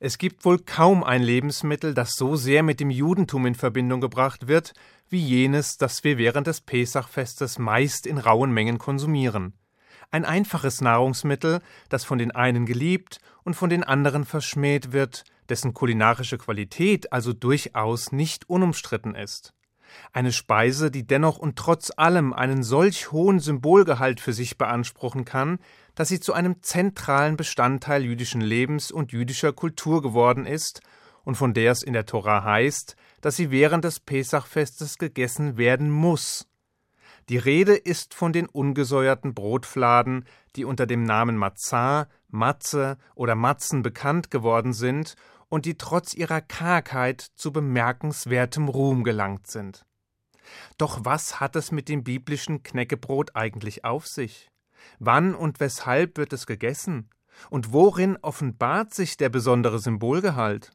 Es gibt wohl kaum ein Lebensmittel, das so sehr mit dem Judentum in Verbindung gebracht wird, wie jenes, das wir während des Pesachfestes meist in rauen Mengen konsumieren. Ein einfaches Nahrungsmittel, das von den einen geliebt und von den anderen verschmäht wird, dessen kulinarische Qualität also durchaus nicht unumstritten ist. Eine Speise, die dennoch und trotz allem einen solch hohen Symbolgehalt für sich beanspruchen kann, dass sie zu einem zentralen Bestandteil jüdischen Lebens und jüdischer Kultur geworden ist und von der es in der Tora heißt, dass sie während des Pesachfestes gegessen werden muss. Die Rede ist von den ungesäuerten Brotfladen, die unter dem Namen Matzah, Matze oder Matzen bekannt geworden sind und die trotz ihrer Kargheit zu bemerkenswertem Ruhm gelangt sind. Doch was hat es mit dem biblischen Knäckebrot eigentlich auf sich? Wann und weshalb wird es gegessen? Und worin offenbart sich der besondere Symbolgehalt?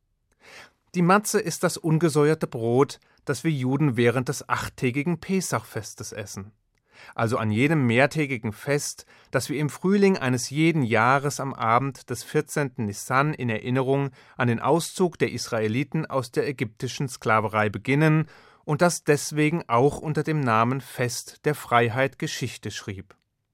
Die Matze ist das ungesäuerte Brot, das wir Juden während des 8-tägigen Pesachfestes essen. Also an jedem mehrtägigen Fest, das wir im Frühling eines jeden Jahres am Abend des 14. Nissan in Erinnerung an den Auszug der Israeliten aus der ägyptischen Sklaverei beginnen und das deswegen auch unter dem Namen Fest der Freiheit Geschichte schrieb.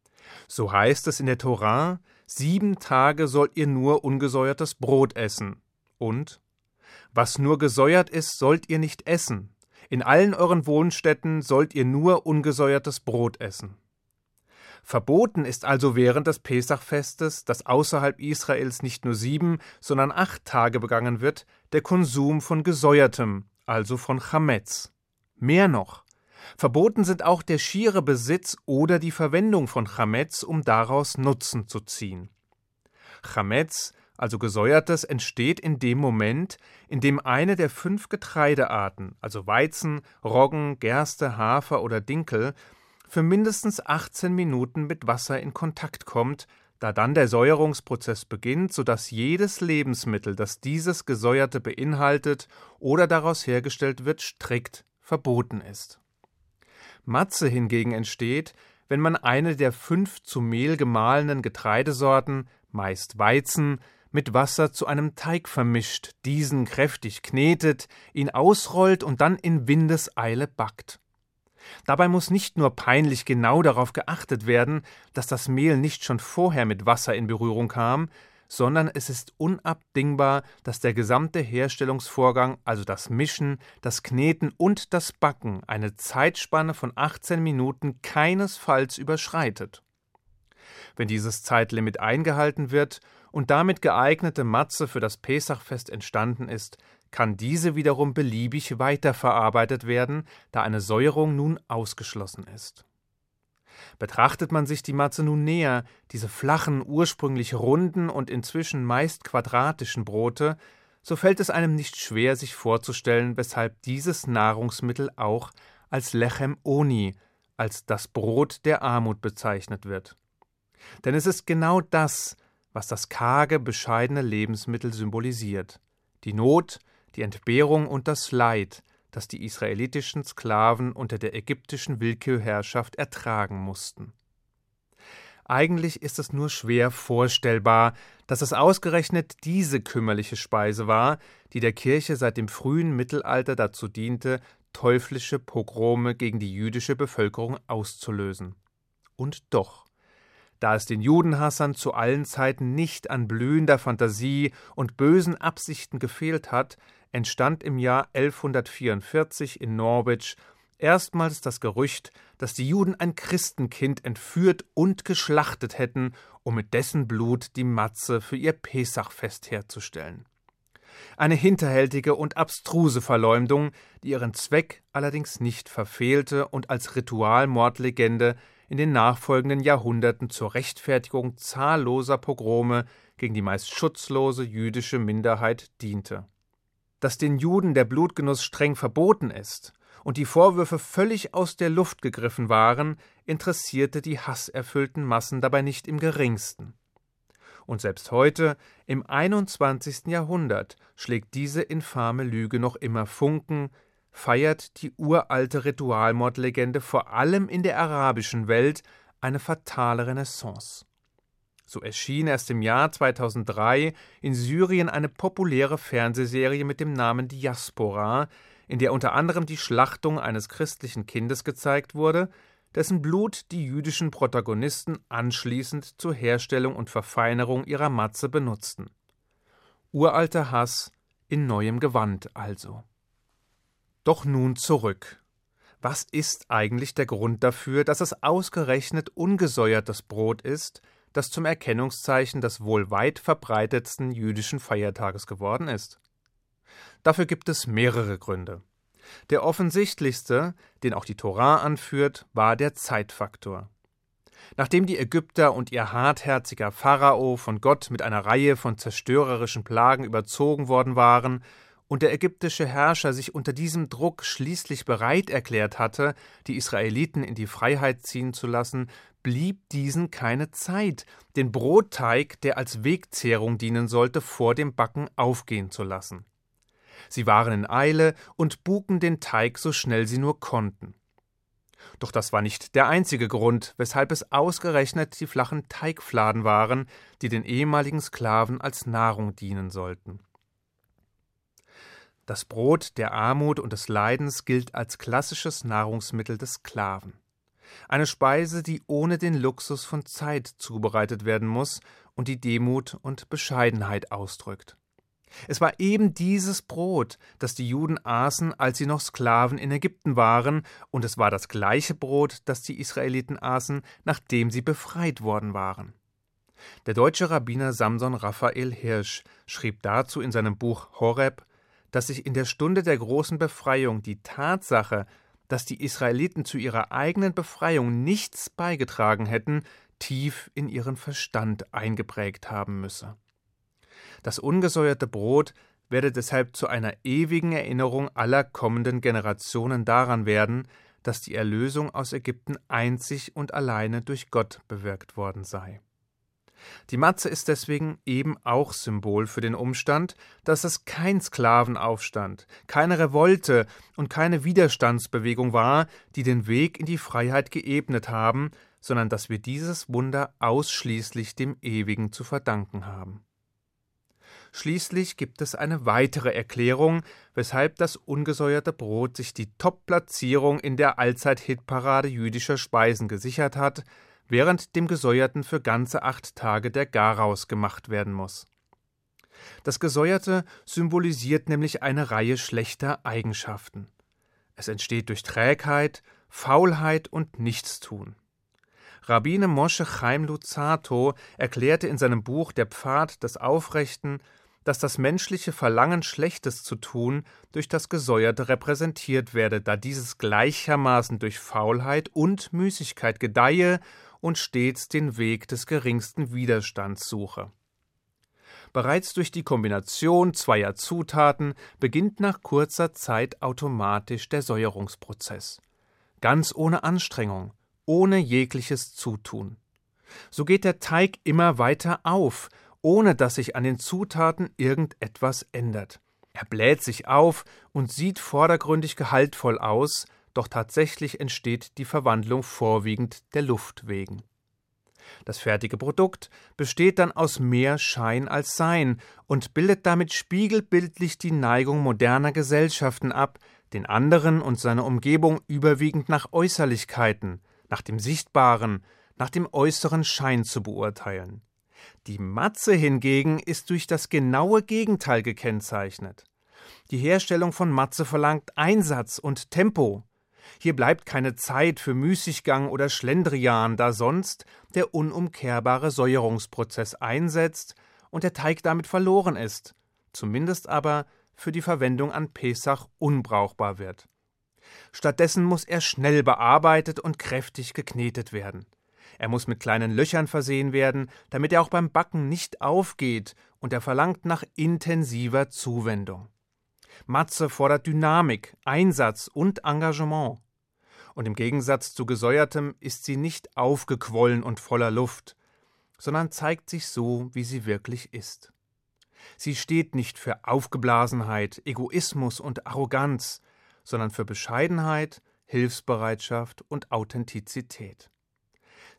So heißt es in der Tora: 7 Tage sollt ihr nur ungesäuertes Brot essen. Und: Was nur gesäuert ist, sollt ihr nicht essen. In allen euren Wohnstätten sollt ihr nur ungesäuertes Brot essen. Verboten ist also während des Pesachfestes, das außerhalb Israels nicht nur 7, sondern 8 Tage begangen wird, der Konsum von Gesäuertem, also von Chametz. Mehr noch: Verboten sind auch der schiere Besitz oder die Verwendung von Chametz, um daraus Nutzen zu ziehen. Chametz, also Gesäuertes, entsteht in dem Moment, in dem eine der 5 Getreidearten, also Weizen, Roggen, Gerste, Hafer oder Dinkel, für mindestens 18 Minuten mit Wasser in Kontakt kommt, da dann der Säuerungsprozess beginnt, sodass jedes Lebensmittel, das dieses Gesäuerte beinhaltet oder daraus hergestellt wird, strikt verboten ist. Matze hingegen entsteht, wenn man eine der 5 zu Mehl gemahlenen Getreidesorten, meist Weizen, mit Wasser zu einem Teig vermischt, diesen kräftig knetet, ihn ausrollt und dann in Windeseile backt. Dabei muss nicht nur peinlich genau darauf geachtet werden, dass das Mehl nicht schon vorher mit Wasser in Berührung kam, sondern es ist unabdingbar, dass der gesamte Herstellungsvorgang, also das Mischen, das Kneten und das Backen, eine Zeitspanne von 18 Minuten keinesfalls überschreitet. Wenn dieses Zeitlimit eingehalten wird und damit geeignete Matze für das Pesachfest entstanden ist, kann diese wiederum beliebig weiterverarbeitet werden, da eine Säuerung nun ausgeschlossen ist. Betrachtet man sich die Matze nun näher, diese flachen, ursprünglich runden und inzwischen meist quadratischen Brote, so fällt es einem nicht schwer, sich vorzustellen, weshalb dieses Nahrungsmittel auch als Lechem Oni, als das Brot der Armut bezeichnet wird. Denn es ist genau das, was das karge, bescheidene Lebensmittel symbolisiert: die Not, die Entbehrung und das Leid, das die israelitischen Sklaven unter der ägyptischen Willkürherrschaft ertragen mussten. Eigentlich ist es nur schwer vorstellbar, dass es ausgerechnet diese kümmerliche Speise war, die der Kirche seit dem frühen Mittelalter dazu diente, teuflische Pogrome gegen die jüdische Bevölkerung auszulösen. Und doch: Da es den Judenhassern zu allen Zeiten nicht an blühender Fantasie und bösen Absichten gefehlt hat, entstand im Jahr 1144 in Norwich erstmals das Gerücht, dass die Juden ein Christenkind entführt und geschlachtet hätten, um mit dessen Blut die Matze für ihr Pesachfest herzustellen. Eine hinterhältige und abstruse Verleumdung, die ihren Zweck allerdings nicht verfehlte und als Ritualmordlegende in den nachfolgenden Jahrhunderten zur Rechtfertigung zahlloser Pogrome gegen die meist schutzlose jüdische Minderheit diente. Dass den Juden der Blutgenuss streng verboten ist und die Vorwürfe völlig aus der Luft gegriffen waren, interessierte die hasserfüllten Massen dabei nicht im geringsten. Und selbst heute, im 21. Jahrhundert, schlägt diese infame Lüge noch immer Funken, feiert die uralte Ritualmordlegende vor allem in der arabischen Welt eine fatale Renaissance. So erschien erst im Jahr 2003 in Syrien eine populäre Fernsehserie mit dem Namen Diaspora, in der unter anderem die Schlachtung eines christlichen Kindes gezeigt wurde, dessen Blut die jüdischen Protagonisten anschließend zur Herstellung und Verfeinerung ihrer Matze benutzten. Uralter Hass in neuem Gewand also. Doch nun zurück. Was ist eigentlich der Grund dafür, dass es ausgerechnet ungesäuertes Brot ist, das zum Erkennungszeichen des wohl weit verbreitetsten jüdischen Feiertages geworden ist? Dafür gibt es mehrere Gründe. Der offensichtlichste, den auch die Tora anführt, war der Zeitfaktor. Nachdem die Ägypter und ihr hartherziger Pharao von Gott mit einer Reihe von zerstörerischen Plagen überzogen worden waren und der ägyptische Herrscher sich unter diesem Druck schließlich bereit erklärt hatte, die Israeliten in die Freiheit ziehen zu lassen, blieb diesen keine Zeit, den Brotteig, der als Wegzehrung dienen sollte, vor dem Backen aufgehen zu lassen. Sie waren in Eile und buken den Teig so schnell sie nur konnten. Doch das war nicht der einzige Grund, weshalb es ausgerechnet die flachen Teigfladen waren, die den ehemaligen Sklaven als Nahrung dienen sollten. Das Brot der Armut und des Leidens gilt als klassisches Nahrungsmittel des Sklaven. Eine Speise, die ohne den Luxus von Zeit zubereitet werden muss und die Demut und Bescheidenheit ausdrückt. Es war eben dieses Brot, das die Juden aßen, als sie noch Sklaven in Ägypten waren, und es war das gleiche Brot, das die Israeliten aßen, nachdem sie befreit worden waren. Der deutsche Rabbiner Samson Raphael Hirsch schrieb dazu in seinem Buch Horeb, dass sich in der Stunde der großen Befreiung die Tatsache, dass die Israeliten zu ihrer eigenen Befreiung nichts beigetragen hätten, tief in ihren Verstand eingeprägt haben müsse. Das ungesäuerte Brot werde deshalb zu einer ewigen Erinnerung aller kommenden Generationen daran werden, dass die Erlösung aus Ägypten einzig und alleine durch Gott bewirkt worden sei. Die Matze ist deswegen eben auch Symbol für den Umstand, dass es kein Sklavenaufstand, keine Revolte und keine Widerstandsbewegung war, die den Weg in die Freiheit geebnet haben, sondern dass wir dieses Wunder ausschließlich dem Ewigen zu verdanken haben. Schließlich gibt es eine weitere Erklärung, weshalb das ungesäuerte Brot sich die Top-Platzierung in der Allzeit-Hitparade jüdischer Speisen gesichert hat, während dem Gesäuerten für ganze 8 Tage der Garaus gemacht werden muss. Das Gesäuerte symbolisiert nämlich eine Reihe schlechter Eigenschaften. Es entsteht durch Trägheit, Faulheit und Nichtstun. Rabbine Moshe Chaim Luzzatto erklärte in seinem Buch Der Pfad des Aufrechten, dass das menschliche Verlangen, Schlechtes zu tun, durch das Gesäuerte repräsentiert werde, da dieses gleichermaßen durch Faulheit und Müßigkeit gedeihe und stets den Weg des geringsten Widerstands suche. Bereits durch die Kombination zweier Zutaten beginnt nach kurzer Zeit automatisch der Säuerungsprozess. Ganz ohne Anstrengung, ohne jegliches Zutun. So geht der Teig immer weiter auf, ohne dass sich an den Zutaten irgendetwas ändert. Er bläht sich auf und sieht vordergründig gehaltvoll aus, doch tatsächlich entsteht die Verwandlung vorwiegend der Luft wegen. Das fertige Produkt besteht dann aus mehr Schein als Sein und bildet damit spiegelbildlich die Neigung moderner Gesellschaften ab, den anderen und seine Umgebung überwiegend nach Äußerlichkeiten, nach dem Sichtbaren, nach dem äußeren Schein zu beurteilen. Die Matze hingegen ist durch das genaue Gegenteil gekennzeichnet. Die Herstellung von Matze verlangt Einsatz und Tempo. Hier bleibt keine Zeit für Müßiggang oder Schlendrian, da sonst der unumkehrbare Säuerungsprozess einsetzt und der Teig damit verloren ist, zumindest aber für die Verwendung an Pesach unbrauchbar wird. Stattdessen muss er schnell bearbeitet und kräftig geknetet werden. Er muss mit kleinen Löchern versehen werden, damit er auch beim Backen nicht aufgeht, und er verlangt nach intensiver Zuwendung. Matze fordert Dynamik, Einsatz und Engagement. Und im Gegensatz zu Gesäuertem ist sie nicht aufgequollen und voller Luft, sondern zeigt sich so, wie sie wirklich ist. Sie steht nicht für Aufgeblasenheit, Egoismus und Arroganz, sondern für Bescheidenheit, Hilfsbereitschaft und Authentizität.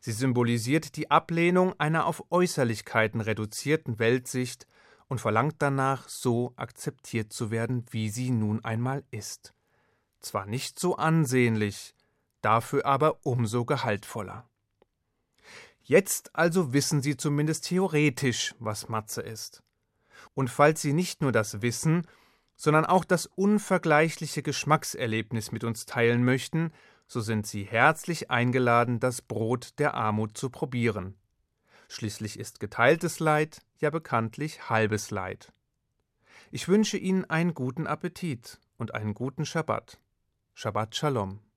Sie symbolisiert die Ablehnung einer auf Äußerlichkeiten reduzierten Weltsicht und verlangt danach, so akzeptiert zu werden, wie sie nun einmal ist. Zwar nicht so ansehnlich, dafür aber umso gehaltvoller. Jetzt also wissen Sie zumindest theoretisch, was Matze ist. Und falls Sie nicht nur das Wissen, sondern auch das unvergleichliche Geschmackserlebnis mit uns teilen möchten, so sind Sie herzlich eingeladen, das Brot der Armut zu probieren. Schließlich ist geteiltes Leid ja bekanntlich halbes Leid. Ich wünsche Ihnen einen guten Appetit und einen guten Schabbat. Shabbat Shalom.